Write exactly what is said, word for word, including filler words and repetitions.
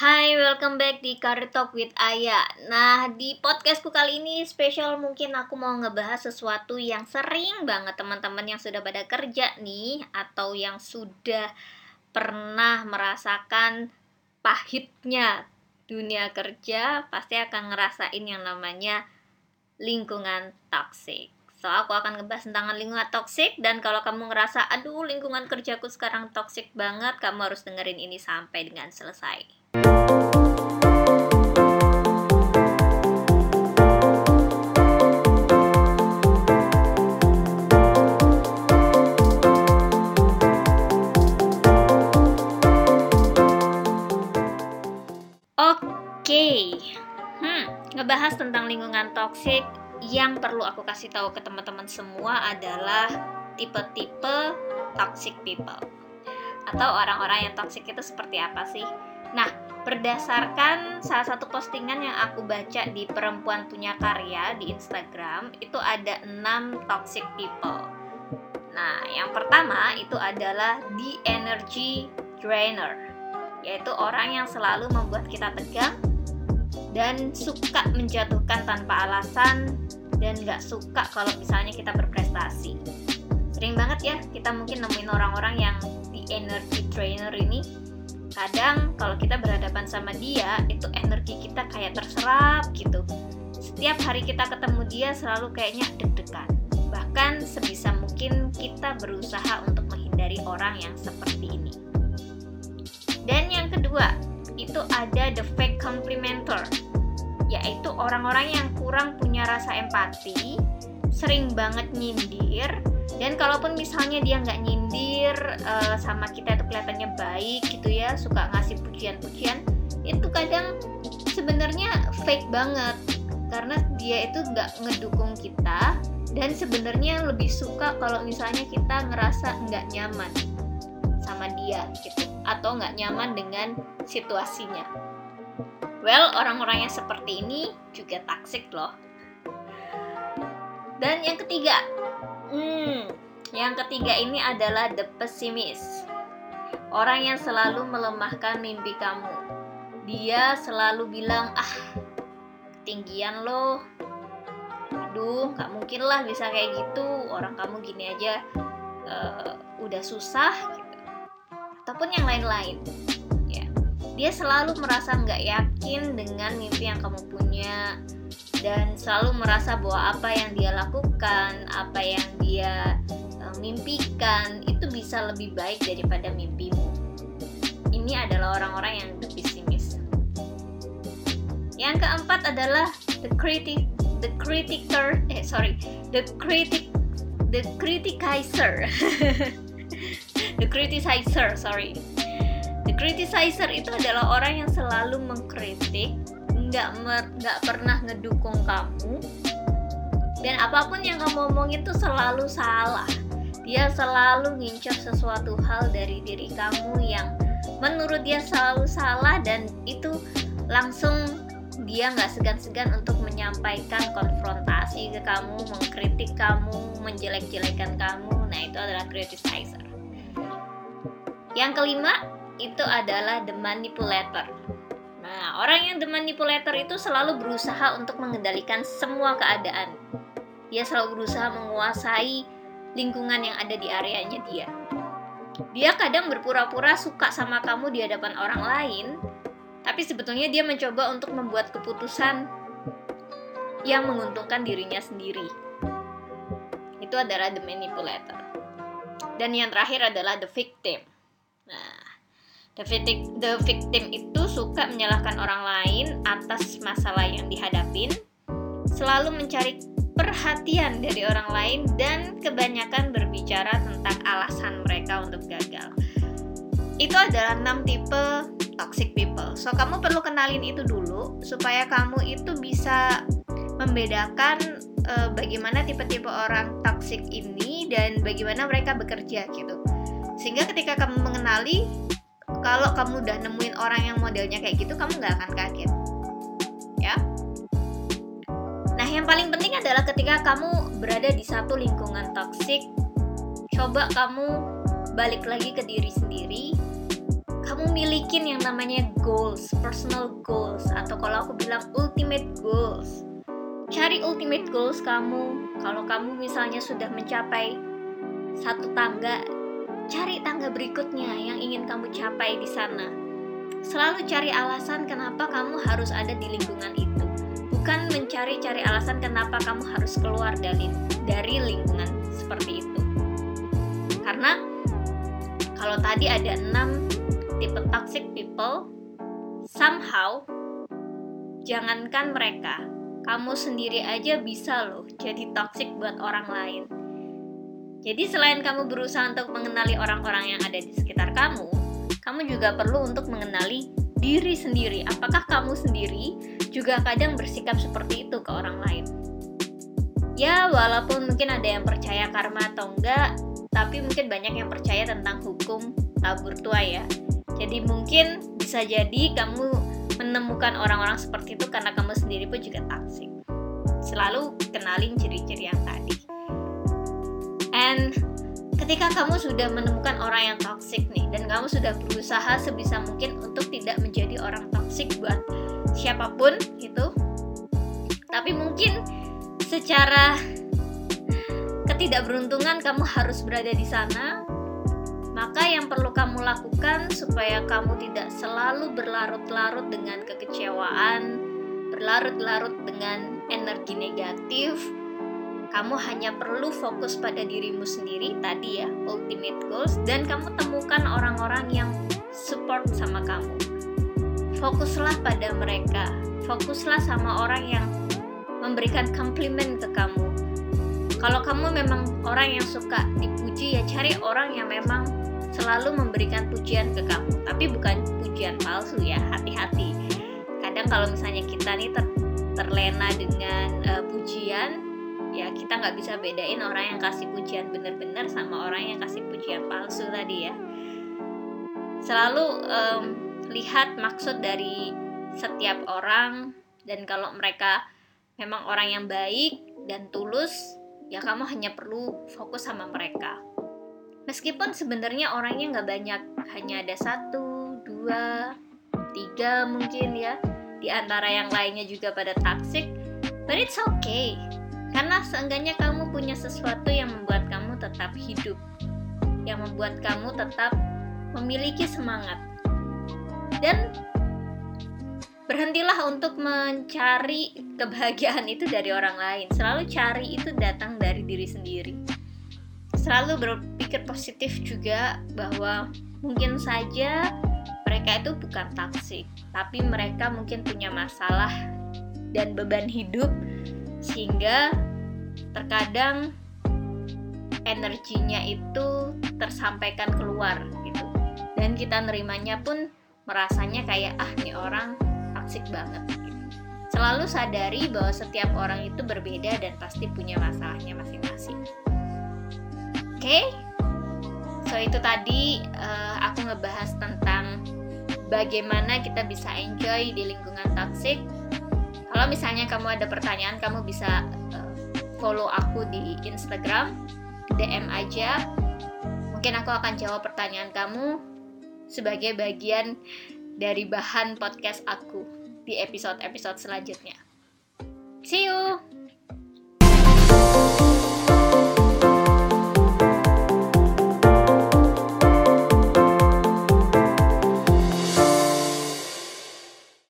Hai, welcome back di Career Talk with Aya. Nah, di podcastku kali ini spesial, mungkin aku mau ngebahas sesuatu yang sering banget teman-teman yang sudah pada kerja nih, atau yang sudah pernah merasakan pahitnya dunia kerja, pasti akan ngerasain yang namanya lingkungan toksik. So, aku akan ngebahas tentang lingkungan toksik, dan kalau kamu ngerasa, aduh lingkungan kerjaku sekarang toksik banget, kamu harus dengerin ini sampai dengan selesai. Oke, hmm, ngebahas tentang lingkungan toksik, yang perlu aku kasih tahu ke teman-teman semua adalah tipe-tipe toxic people atau orang-orang yang toksik itu seperti apa sih? Nah, berdasarkan salah satu postingan yang aku baca di Perempuan Punya Karya di Instagram, itu ada enam toxic people. Nah, yang pertama itu adalah the energy drainer, yaitu orang yang selalu membuat kita tegang dan suka menjatuhkan tanpa alasan, dan gak suka kalau misalnya kita berprestasi. Sering banget ya kita mungkin nemuin orang-orang yang di energy drainer ini. Kadang kalau kita berhadapan sama dia, itu energi kita kayak terserap gitu. Setiap hari kita ketemu dia selalu kayaknya deg-degan. Bahkan sebisa mungkin kita berusaha untuk menghindari orang yang seperti ini. Dan yang kedua, itu ada the fake complimenter, yaitu orang-orang yang kurang punya rasa empati, sering banget nyindir, dan kalaupun misalnya dia nggak nyindir uh, sama kita itu kelihatannya baik gitu ya, suka ngasih pujian-pujian, itu kadang sebenarnya fake banget, karena dia itu nggak ngedukung kita, dan sebenarnya lebih suka kalau misalnya kita ngerasa nggak nyaman sama dia gitu, atau nggak nyaman dengan situasinya. Well, orang-orang yang seperti ini juga toxic loh. Dan yang ketiga, hmm, yang ketiga ini adalah the pessimist. Orang yang selalu melemahkan mimpi kamu. Dia selalu bilang, ah, ketinggian loh. Aduh, gak mungkin lah bisa kayak gitu. Orang kamu gini aja uh, udah susah gitu. Ataupun yang lain-lain. Dia selalu merasa nggak yakin dengan mimpi yang kamu punya, dan selalu merasa bahwa apa yang dia lakukan, apa yang dia uh, mimpikan itu bisa lebih baik daripada mimpimu. Ini adalah orang-orang yang the pessimist. Yang keempat adalah the critic, the critiker, eh sorry, the critic, the criticizer, the criticizer, sorry. The criticizer itu adalah orang yang selalu mengkritik, nggak mer- nggak pernah ngedukung kamu, dan apapun yang kamu omong itu selalu salah. Dia selalu ngincer sesuatu hal dari diri kamu yang menurut dia selalu salah, dan itu langsung dia nggak segan-segan untuk menyampaikan konfrontasi ke kamu, mengkritik kamu, menjelek-jelekan kamu. Nah, itu adalah criticizer. Yang kelima itu adalah the manipulator. Nah, orang yang the manipulator itu selalu berusaha untuk mengendalikan semua keadaan. Dia selalu berusaha menguasai lingkungan yang ada di areanya dia. Dia kadang berpura-pura suka sama kamu di hadapan orang lain, tapi sebetulnya dia mencoba untuk membuat keputusan yang menguntungkan dirinya sendiri. Itu adalah the manipulator. Dan yang terakhir adalah the victim. Nah, The victim, the victim itu suka menyalahkan orang lain atas masalah yang dihadapin, selalu mencari perhatian dari orang lain, dan kebanyakan berbicara tentang alasan mereka untuk gagal. Itu adalah enam tipe toxic people. So, kamu perlu kenalin itu dulu, supaya kamu itu bisa membedakan uh, bagaimana tipe-tipe orang toxic ini, dan bagaimana mereka bekerja gitu. Sehingga ketika kamu mengenali, kalau kamu udah nemuin orang yang modelnya kayak gitu, kamu gak akan kaget ya. Nah, yang paling penting adalah ketika kamu berada di satu lingkungan toksik, coba kamu balik lagi ke diri sendiri. kamu milikin yang namanya goals, personal goals, atau kalau aku bilang ultimate goals. Cari ultimate goals kamu. Kalau kamu misalnya sudah mencapai satu tangga, cari tangga berikutnya yang ingin kamu capai di sana. Selalu cari alasan kenapa kamu harus ada di lingkungan itu. Bukan mencari-cari alasan kenapa kamu harus keluar dari, dari lingkungan seperti itu. Karena kalau tadi ada enam tipe toxic people, somehow jangankan mereka, kamu sendiri aja bisa loh jadi toxic buat orang lain. Jadi selain kamu berusaha untuk mengenali orang-orang yang ada di sekitar kamu, kamu juga perlu untuk mengenali diri sendiri. Apakah kamu sendiri juga kadang bersikap seperti itu ke orang lain? Ya, walaupun mungkin ada yang percaya karma atau enggak, tapi mungkin banyak yang percaya tentang hukum tabur tuai ya. Jadi mungkin bisa jadi kamu menemukan orang-orang seperti itu karena kamu sendiri pun juga toxic. Selalu kenalin ciri-ciri yang tadi. And ketika kamu sudah menemukan orang yang toxic nih, dan kamu sudah berusaha sebisa mungkin untuk tidak menjadi orang toxic buat siapapun itu, tapi mungkin secara ketidakberuntungan kamu harus berada di sana. Maka yang perlu kamu lakukan supaya kamu tidak selalu berlarut-larut dengan kekecewaan, berlarut-larut dengan energi negatif, kamu hanya perlu fokus pada dirimu sendiri tadi ya, ultimate goals, dan kamu temukan orang-orang yang support sama kamu. Fokuslah pada mereka, fokuslah sama orang yang memberikan komplimen ke kamu. Kalau kamu memang orang yang suka dipuji, ya cari orang yang memang selalu memberikan pujian ke kamu, tapi bukan pujian palsu ya, hati-hati. Kadang kalau misalnya kita nih ter- terlena dengan uh, pujian, ya kita nggak bisa bedain orang yang kasih pujian benar-benar sama orang yang kasih pujian palsu tadi ya. Selalu um, lihat maksud dari setiap orang, dan kalau mereka memang orang yang baik dan tulus, ya kamu hanya perlu fokus sama mereka. Meskipun sebenarnya orangnya nggak banyak, hanya ada satu, dua, tiga mungkin ya, di antara yang lainnya juga pada toxic, but it's okay. Karena seenggaknya kamu punya sesuatu yang membuat kamu tetap hidup, yang membuat kamu tetap memiliki semangat. Dan berhentilah untuk mencari kebahagiaan itu dari orang lain. Selalu cari itu datang dari diri sendiri. Selalu berpikir positif juga bahwa mungkin saja mereka itu bukan toksik, tapi mereka mungkin punya masalah dan beban hidup, sehingga terkadang energinya itu tersampaikan keluar gitu. Dan kita nerimanya pun merasanya kayak ah nih orang toksik banget gitu. Selalu sadari bahwa setiap orang itu berbeda dan pasti punya masalahnya masing-masing. Oke, okay? So itu tadi uh, aku ngebahas tentang bagaimana kita bisa enjoy di lingkungan toxic. Kalau misalnya kamu ada pertanyaan, kamu bisa uh, follow aku di Instagram, D M aja. Mungkin aku akan jawab pertanyaan kamu sebagai bagian dari bahan podcast aku di episode-episode selanjutnya. See you!